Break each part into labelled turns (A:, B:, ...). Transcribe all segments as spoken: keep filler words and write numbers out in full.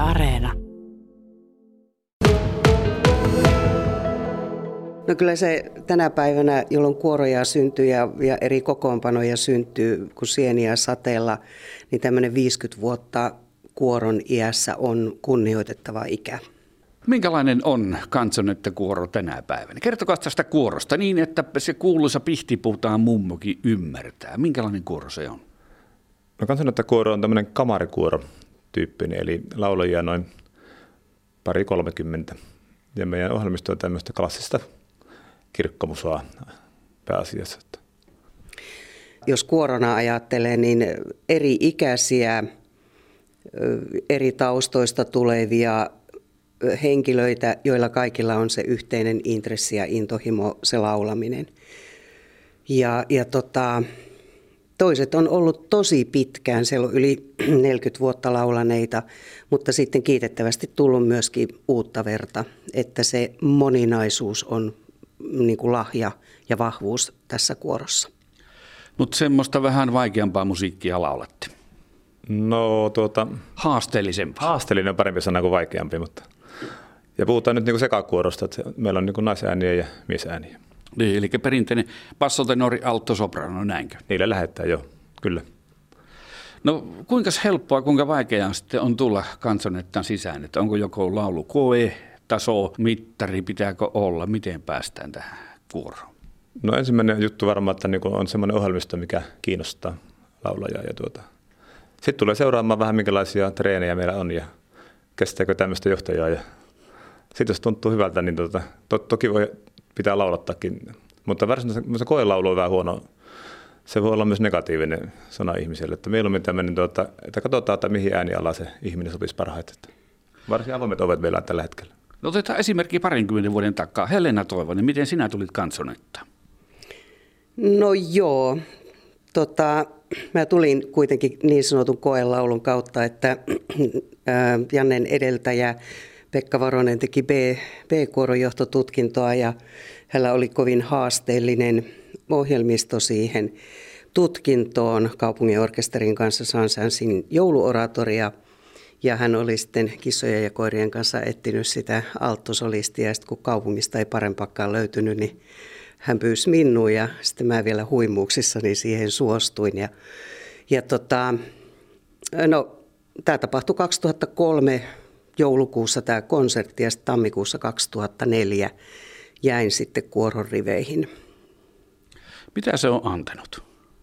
A: Areena.
B: No kyllä se tänä päivänä, jolloin kuoroja syntyy ja, ja eri kokoonpanoja syntyy kuin sieniä sateella, niin tämmöinen viisikymmentä vuotta kuoron iässä on kunnioitettava ikä.
C: Minkälainen on kansonettokuoro tänä päivänä? Kertokaa tästä kuorosta niin, että se kuuluisa pihtiputaan mummokin ymmärtää. Minkälainen kuoro se on?
D: No kansonettokuoro on tämmöinen kamarikuoro tyyppinen, eli laulajia noin pari kolmekymmentä. Ja meidän ohjelmisto on tämmöistä klassista kirkkomusaa pääasiassa.
B: Jos kuorona ajattelee, niin eri ikäisiä, eri taustoista tulevia henkilöitä, joilla kaikilla on se yhteinen intressi ja intohimo, se laulaminen. Ja, ja tota, toiset on ollut tosi pitkään, siellä on yli neljäkymmentä vuotta laulaneita, mutta sitten kiitettävästi tullut myöskin uutta verta, että se moninaisuus on niin kuin lahja ja vahvuus tässä kuorossa.
C: Mutta semmoista vähän vaikeampaa musiikkia laulatte.
D: No tuota...
C: Haasteellisempaa.
D: Haasteellinen on parempi sana kuin vaikeampi, mutta... Ja puhutaan nyt niin kuin sekakuorosta, että meillä on niin kuin naisääniä ja miesääniä.
C: Niin, eli perinteinen bassotenori, alto, soprano, näinkö?
D: Niille lähettää jo, kyllä.
C: No kuinka helppoa, kuinka vaikeaa sitten on tulla kansonettaan sisään? Että onko joko laulukoe, taso, mittari, pitääkö olla? Miten päästään tähän kuoroon?
D: No ensimmäinen juttu varmaan, että niin on semmoinen ohjelmisto, mikä kiinnostaa laulajaa. Ja tuota. Sitten tulee seuraamaan vähän, minkälaisia treenejä meillä on ja kestääkö tämmöistä johtajaa. Ja sitten jos tuntuu hyvältä, niin tuota, to, toki voi pitää laulattaakin. Mutta varsinaisesti koelaulu on vähän huono. Se voi olla myös negatiivinen sana ihmiselle. Että mieluummin tämmöinen, tuota, että katsotaan, että mihin ääniala se ihminen sopisi parhaiten. Varsin avoimet ovet meillä on tällä hetkellä.
C: No otetaan esimerkki parinkymmenen vuoden takaa. Helena Toivonen, miten sinä tulit kansonettaan?
B: No joo, tota, mä tulin kuitenkin niin sanotun koelaulun kautta, että ää, Jannen edeltäjä Pekka Varonen teki B, B-kuoronjohtotutkintoa ja hänellä oli kovin haasteellinen ohjelmisto siihen tutkintoon. Kaupungin orkesterin kanssa Sansansin jouluoratoria ja hän oli sitten kissojen ja koirien kanssa etsinyt sitä alttosolistia ja sitten kun kaupungista ei parempaakaan löytynyt, niin hän pyysi minua ja sitten mä vielä huimuuksissani siihen suostuin. Ja, ja tota, no, tämä tapahtui kaksituhattakolme joulukuussa tämä konsertti ja sitten tammikuussa kaksituhattaneljä jäin sitten kuoron riveihin.
C: Mitä se on antanut?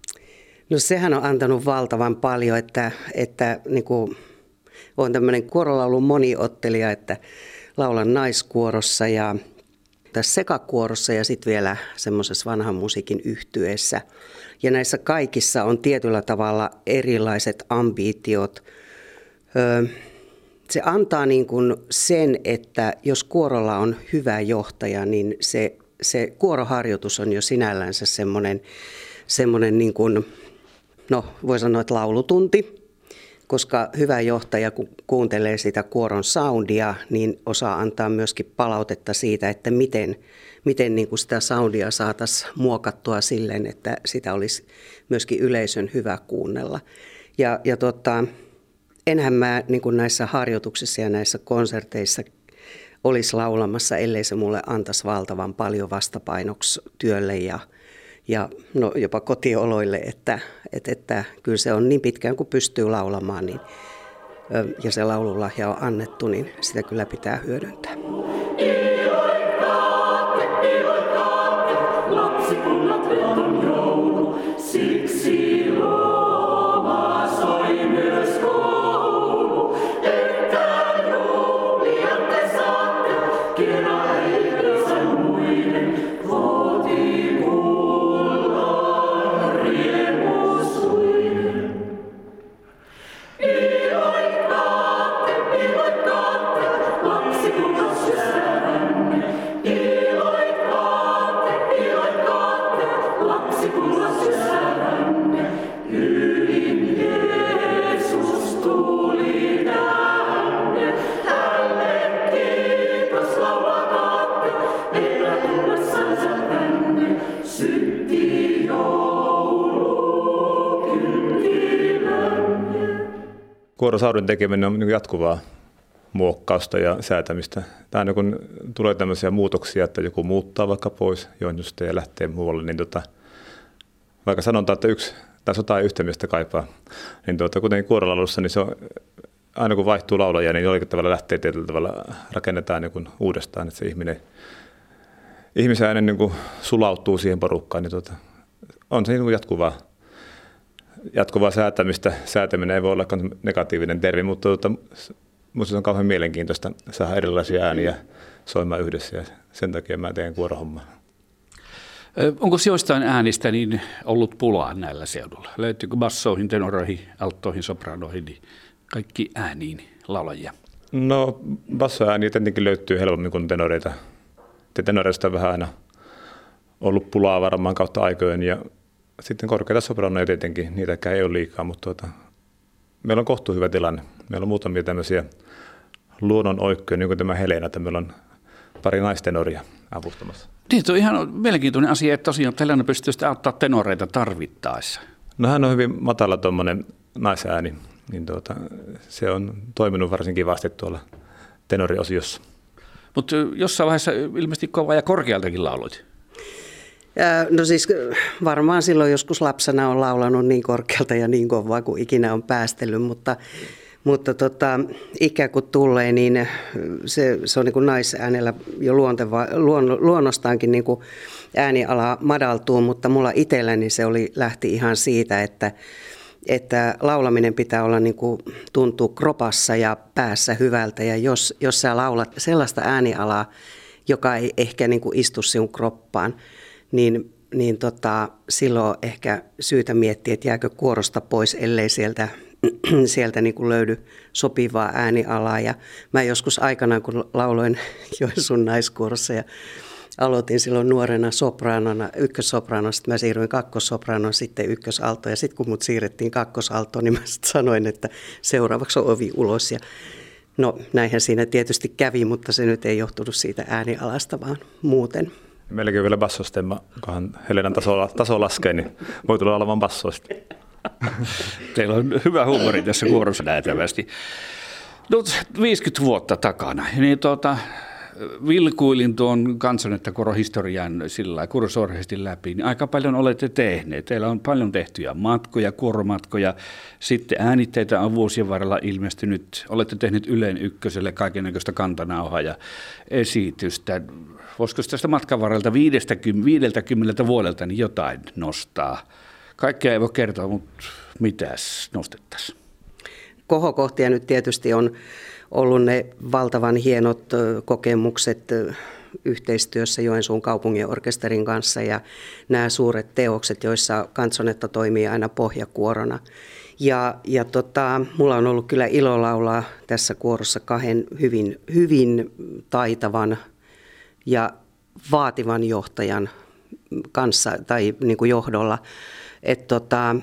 B: No sehän on antanut valtavan paljon, että, että niin kuin, olen tämmöinen kuorolaulun moniottelija, että laulan naiskuorossa ja tässä sekakuorossa ja sitten vielä semmoisessa vanhan musiikin yhtyeessä. Ja näissä kaikissa on tietyllä tavalla erilaiset ambitiot. Öö, se antaa niin kuin sen, että jos kuorolla on hyvä johtaja, niin se, se kuoroharjoitus on jo sinällänsä semmoinen, semmoinen niin kuin, no voi sanoa, että laulutunti. Koska hyvä johtaja, kun kuuntelee sitä kuoron soundia, niin osaa antaa myöskin palautetta siitä, että miten, miten niin kuin sitä soundia saataisiin muokattua silleen, että sitä olisi myöskin yleisön hyvä kuunnella. Ja, ja tota, enhän mä niin kuin näissä harjoituksissa ja näissä konserteissa olisi laulamassa, ellei se mulle antaisi valtavan paljon vastapainoksi työlle ja Ja no, jopa kotioloille, että, että, että kyllä se on niin pitkään kuin pystyy laulamaan niin, ja se laululahja on annettu, niin sitä kyllä pitää hyödyntää.
D: Kuorosaudun tekeminen on jatkuvaa muokkausta ja säätämistä. Tämä on, kun tulee tämmöisiä muutoksia, että joku muuttaa vaikka pois Joensuusta ja lähtee muualle, niin tota, vaikka sanotaan, että yksi tai sota ei yhtä miestä kaipaa, niin tuota, kuten kuorolaulussa, niin se on, aina kun vaihtuu laulaja, niin jollakin tavalla lähtee tietyllä tavalla, rakennetaan niin uudestaan, että se ihminen, ihmisen äänen niin sulautuu siihen porukkaan, niin tuota, on se niin jatkuvaa, jatkuvaa säätämistä. Säätäminen ei voi olla negatiivinen termi, mutta tuota, minusta se on kauhean mielenkiintoista saada erilaisia ääniä soimaan yhdessä ja sen takia mä teen kuorohommaa.
C: Onko joistain äänistä niin ollut pulaa näillä seudulla? Löytyykö bassoihin, tenoroihin, alttoihin, sopranoihin, niin kaikki ääniin laulajia?
D: No bassoääniä tietenkin löytyy helpommin kuin tenoreita. Tenoreista on vähän aina ollut pulaa varmaan kautta aikojen ja sitten korkeita sopranoja tietenkin, niitäkään ei ole liikaa, mutta tuota, meillä on kohtuu hyvä tilanne. Meillä on muutamia tämmöisiä luonnon oikkoja, niin kuin tämä Helena, että meillä on pari naistenoria avustamassa.
C: Niin, on ihan mielenkiintoinen asia, että tosiaan Helena pystyy sitten auttaa tenoreita tarvittaessa.
D: No hän on hyvin matala tuommoinen naisääni, niin tuota, se on toiminut varsin kivasti tuolla tenoriosiossa.
C: Mutta jossain vaiheessa ilmeisesti kova ja korkealtakin lauloit.
B: No siis varmaan silloin joskus lapsena on laulanut niin korkealta ja niin kovaa kuin ikinä on päästellyt, mutta, mutta tota, ikä kun tulee, niin se, se on niin kuin naisäänellä jo luonteva, luon, luonnostaankin niin kuin ääniala madaltuu, mutta mulla itselläni se oli, lähti ihan siitä, että, että laulaminen pitää olla niin kuin tuntuu kropassa ja päässä hyvältä ja jos, jos sä laulat sellaista äänialaa, joka ei ehkä niin kuin istu sinun kroppaan, niin, niin tota, silloin ehkä syytä miettiä, että jääkö kuorosta pois, ellei sieltä, sieltä niin kuin löydy sopivaa äänialaa. Ja mä joskus aikanaan, kun lauloin Joensuun naiskuorossa ja aloitin silloin nuorena sopranona, ykkössopranoon, sitten mä siirryin kakkossopranoon, sitten ykkösalto. Ja sitten kun mut siirrettiin kakkosaltoon, niin mä sanoin, että seuraavaksi on ovi ulos. Ja no näinhän siinä tietysti kävi, mutta se nyt ei johtunut siitä äänialasta, vaan muuten.
D: Meilläkin on vielä bassostemma, kunhan Helenan taso, taso laskee, niin voi tulla olemaan bassoista.
C: Teillä on hyvä huumori tässä kuorossa näytävästi. No, viisikymmentä vuotta takana, niin tuota, vilkuilin tuon kansanettakorohistorian sillä kursorisesti läpi, niin aika paljon olette tehneet. Teillä on paljon tehtyjä matkoja, kuoromatkoja, sitten äänitteitä on vuosien varrella ilmestynyt. Olette tehneet Ylen ykköselle kaikennäköistä kantanauhaa ja esitystä. Voisiko tästä matkan varrelta viideltäkymmeneltä vuodelta niin jotain nostaa? Kaikkea ei voi kertoa, mutta mitäs nostettaisiin?
B: Kohokohtia nyt tietysti on ollut ne valtavan hienot kokemukset yhteistyössä Joensuun kaupungin orkesterin kanssa ja nämä suuret teokset, joissa kansonetta toimii aina pohjakuorona. Ja, ja tota, mulla on ollut kyllä ilo laulaa tässä kuorossa kahden hyvin, hyvin taitavan ja vaativan johtajan kanssa tai niin kuin johdolla. Et tota,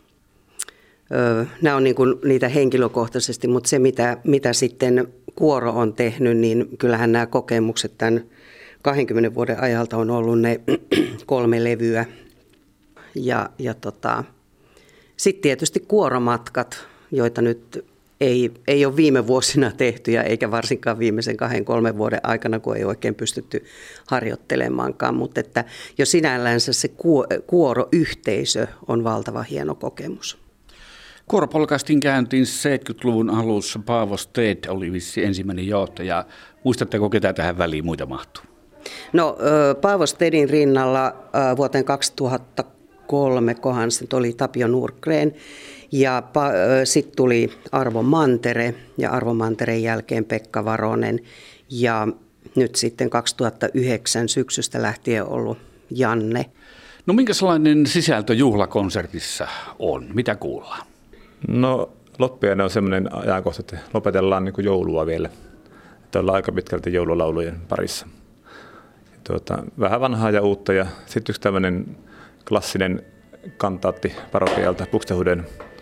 B: ö, nämä on niin kuin niitä henkilökohtaisesti, mutta se mitä, mitä sitten kuoro on tehnyt, niin kyllähän nämä kokemukset tämän kahdenkymmenen vuoden ajalta on ollut ne kolme levyä. Ja, ja tota, sitten tietysti kuoromatkat, joita nyt Ei, ei ole viime vuosina tehty ja eikä varsinkaan viimeisen kahden, kolmen vuoden aikana, kun ei oikein pystytty harjoittelemaankaan, mutta että jo sinällänsä se kuoroyhteisö on valtava hieno kokemus.
C: Kuoro polkaistiin käyntiin seitsemänkymmentäluvun alussa. Paavo Sted oli vissi ensimmäinen johtaja. Muistatteko, ketä tähän väliin muita mahtuu?
B: No Paavo Stedin rinnalla vuoteen kaksituhattakolme kohan se oli Tapio Nurgren. Ja sitten tuli Arvo Mantere ja Arvo Mantereen jälkeen Pekka Varonen ja nyt sitten kaksituhattayhdeksän syksystä lähtien ollut Janne.
C: No minkälainen sisältö juhlakonsertissa on? Mitä kuullaan?
D: No loppiainen on sellainen ajankohta, että lopetellaan niin kuin joulua vielä. Että ollaan aika pitkälti joululaulujen parissa. Tuota, vähän vanhaa ja uutta ja sitten yksi tämmöinen klassinen kantaatti parokialta Buxtehuden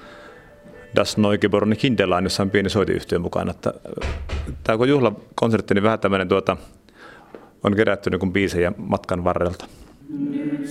D: Das Neugeborene Kinderlein, jossa on pieni soitiyhtiö mukana. Tämä kun juhlakonsertti, niin vähän tämmöinen tuota, on kerätty niin kuin biisejä matkan varrelta. Nyt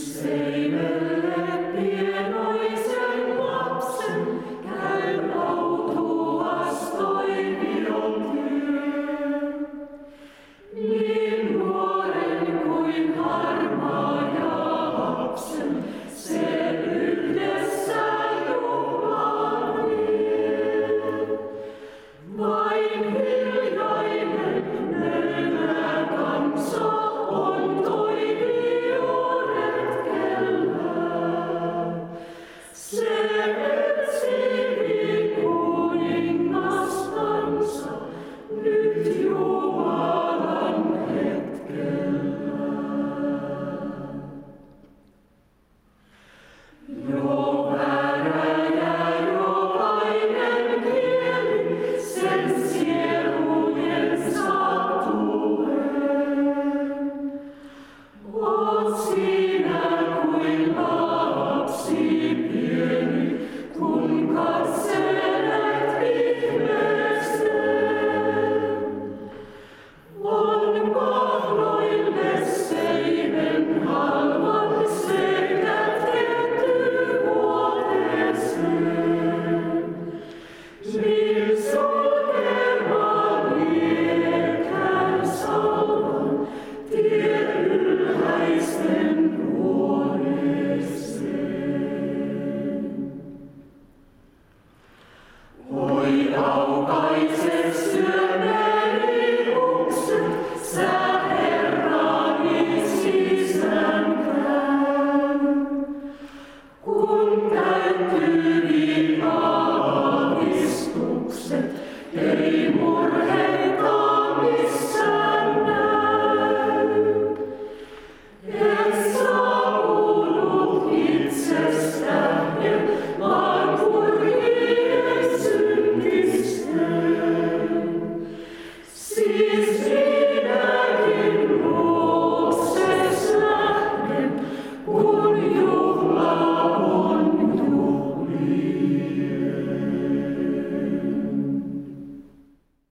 A: ei murhe.